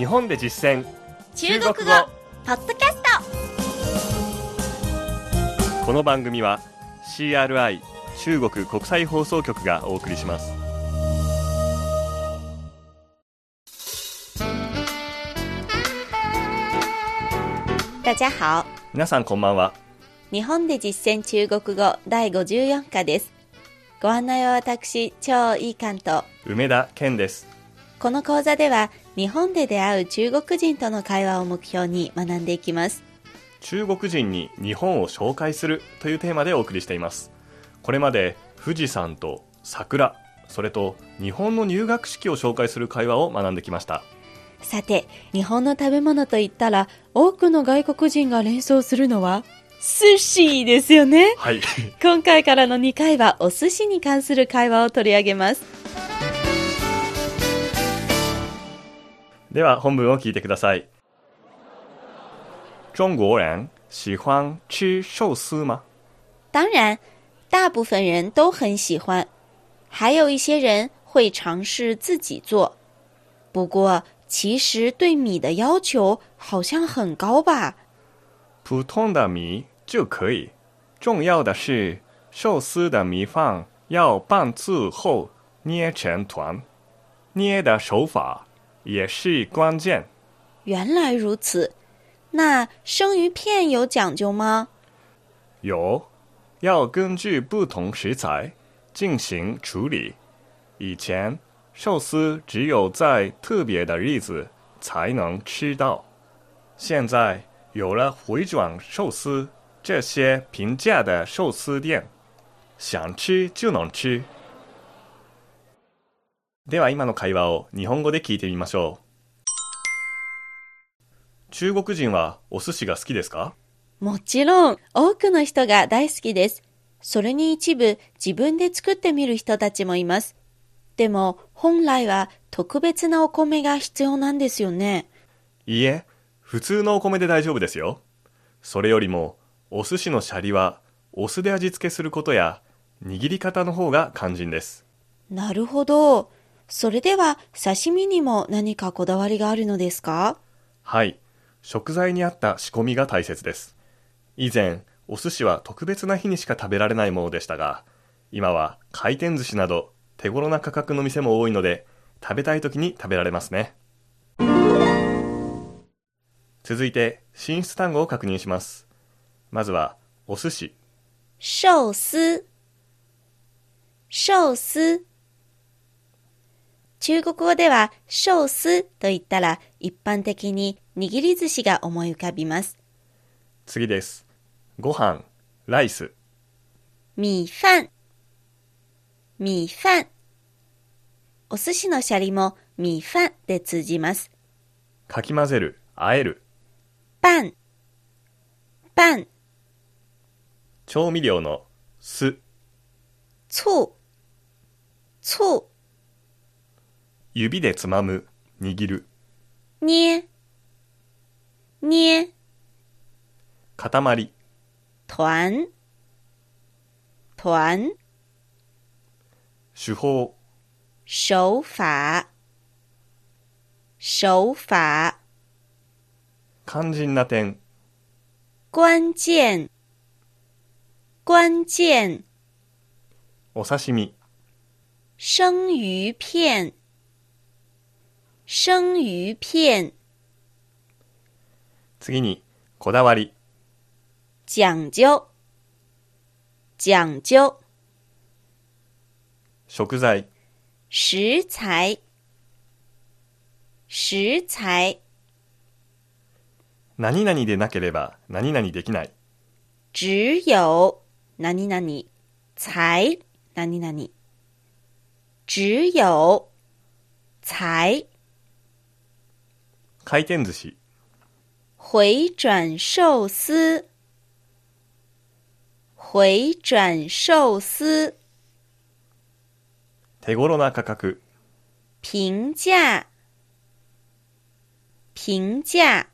日本で実践中国語ポッドキャスト。 この番組は CRI 中国国際放送局がお送りします。 大家好。 皆さんこんばんは。 日本で実践中国語第54課です。ご案内は私、張一貫と梅田健です。 この講座では日本で出会う中国人との会話を目標に学んでいきます。 中国人に日本を紹介するというテーマでお送りしています。これまで富士山と桜、それと日本の入学式を紹介する会話を学んできました。 さて、日本の食べ物といったら多くの外国人が連想するのは寿司ですよね。 はい今回からの2回はお寿司に関する会話を取り上げます。 では本文を聞いてください。中国人喜欢吃寿司吗？ 当然，大部分人都很喜欢，还有一些人会尝试自己做。不过其实对米的要求好像很高吧？ 普通的米就可以，重要的是寿司的米饭要半自后捏成团，捏的手法也是关键。 原来如此，那生鱼片有讲究吗？ 有，要根据不同食材进行处理。以前寿司只有在特别的日子才能吃到，现在有了回转寿司这些平价的寿司店，想吃就能吃。では今の会話を日本語で聞いてみましょう。中国人はお寿司が好きですか？ もちろん、多くの人が大好きです。それに一部自分で作ってみる人たちもいます。でも本来は特別なお米が必要なんですよね。 いいえ、普通のお米で大丈夫ですよ。それよりもお寿司のシャリはお酢で味付けすることや握り方の方が肝心です。 なるほど。それでは刺身にも何かこだわりがあるのですか？ はい、食材に合った仕込みが大切です。以前お寿司は特別な日にしか食べられないものでしたが、今は回転寿司など手頃な価格の店も多いので食べたい時に食べられますね。続いて進出単語を確認します。まずはお寿司。 寿司。寿司。中国語では寿司と言ったら一般的に握り寿司が思い浮かびます。 次です。ご飯、ライス。 米飯。米飯。お寿司のシャリも米飯で通じます。 かき混ぜる、和える。 拌。拌。 調味料の酢。 醋。醋。 指でつまむ、握る。 捏。捏。 塊。 团。团。 手法。 手法。手法。 肝心な点。 关键。关键。 お刺身。 生鱼片。生鱼片。 次に、こだわり。 講究。講究。 食材。 食材。食材。 何々でなければ何々できない。 只有何々才何々。只有才。 回転寿司。 回转寿司。回转寿司。 手頃な価格。 平價。平價。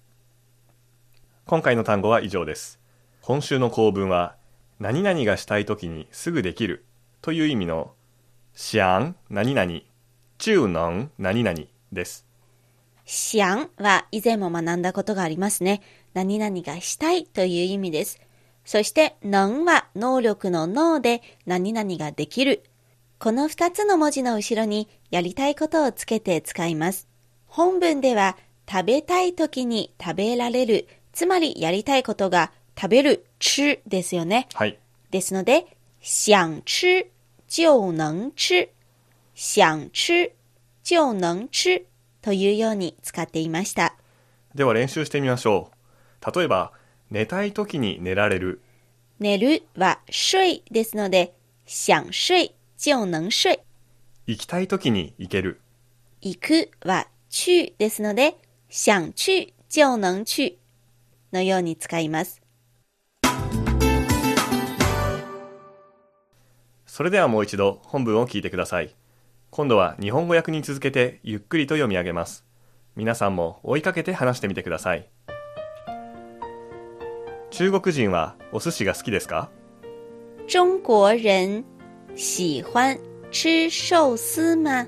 今回の単語は以上です。今週の構文は、何々がしたいときにすぐできるという意味の想何々、就能何々です。 想は以前も学んだことがありますね。何々がしたいという意味です。そして能は能力の能で何々ができる。この2つの文字の後ろにやりたいことをつけて使います。本文では食べたい時に食べられる、つまりやりたいことが食べる、吃ですよね。 はい。 ですので、想吃就能吃。想吃就能吃というように使っていました。 では練習してみましょう。例えば、寝たい時に寝られる。 寝るは睡ですので、想睡就能睡。 行きたい時に行ける。 行くは去ですので、想去就能去のように使います。 それではもう一度本文を聞いてください。今度は日本語訳に続けてゆっくりと読み上げます。皆さんも追いかけて話してみてください。中国人はお寿司が好きですか？ 中国人喜欢吃寿司吗？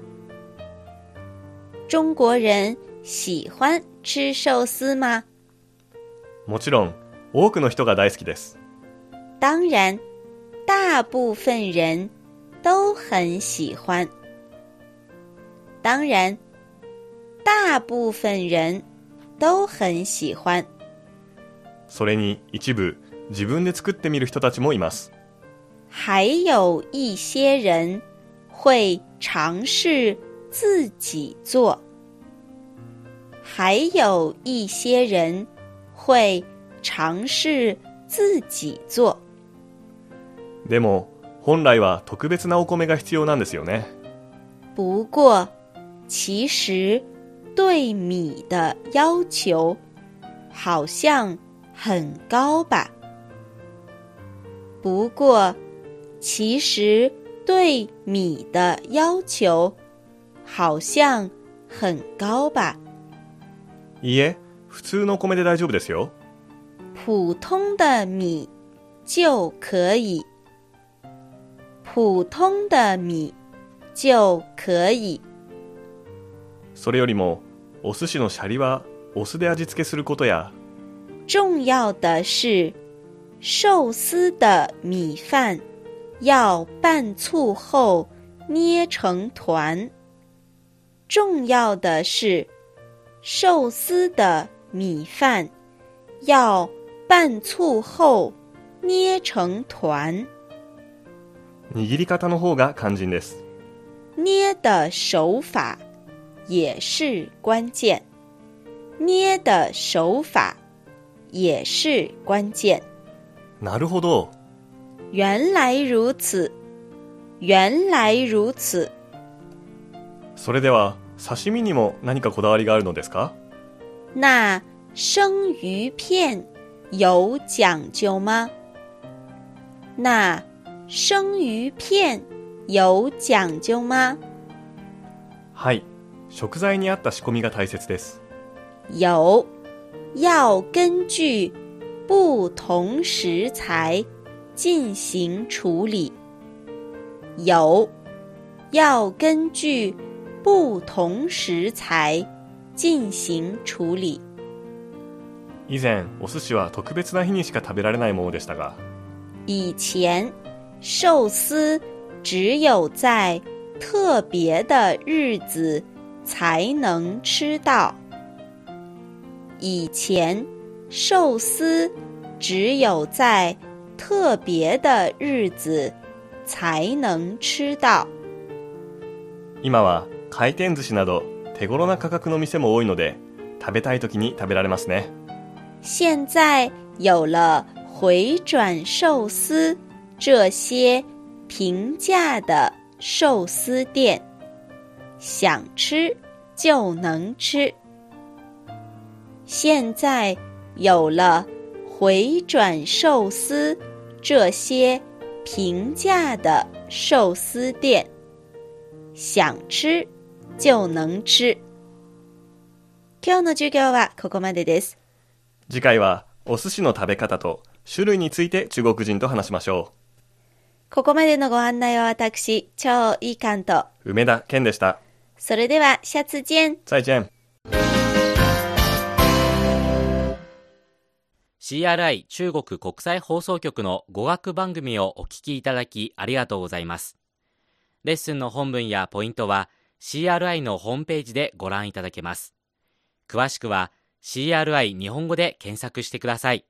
中国人喜欢吃寿司吗？ もちろん、多くの人が大好きです。 当然，大部分人都很喜欢。当然，大部分人都很喜欢。 それに一部、自分で作ってみる人たちもいます。 还有一些人会尝试自己做。还有一些人会尝试自己做。 でも、本来は特別なお米が必要なんですよね。 不过，其实对米的要求好像很高吧？不过，其实对米的要求好像很高吧？ いいえ、普通の米で大丈夫ですよ。 普通的米就可以。普通的米就可以。 それよりも、お寿司のシャリはお酢で味付けすることや、 重要的是，寿司的米饭要拌醋后捏成团。重要的是，寿司的米饭要拌醋后捏成团。 握り方の方が肝心です。 捏的手法也是关键。捏的手法也是关键。 なるほど。 原来如此。原来如此。 それでは、刺身にも何かこだわりがあるのですか？ 那生鱼片有讲究吗？那生鱼片有讲究吗？ はい。食材に合った仕込みが大切です。 有，要根据不同食材进行处理。有，要根据不同食材进行处理。 以前、お寿司は特別な日にしか食べられないものでしたが、 以前，寿司只有在特别的日子才能吃到。以前，寿司只有在特别的日子才能吃到。 今は回転寿司など手頃な価格の店も多いので、食べたい時に食べられますね。 现在有了回转寿司这些平价的寿司店，想吃就能吃。现在有了回转寿司这些平价的寿司店，想吃就能吃。今日の授業はここまでです。 次回はお寿司の食べ方と種類について中国人と話しましょここまでのご案内は私、張一貫とう。梅田健でした。 それでは下次見。 再见。 CRI 中国国際放送局の語学番組をお聞きいただきありがとうございます。レッスンの本文やポイントは CRI のホームページでご覧いただけます。詳しくは CRI 日本語で検索してください。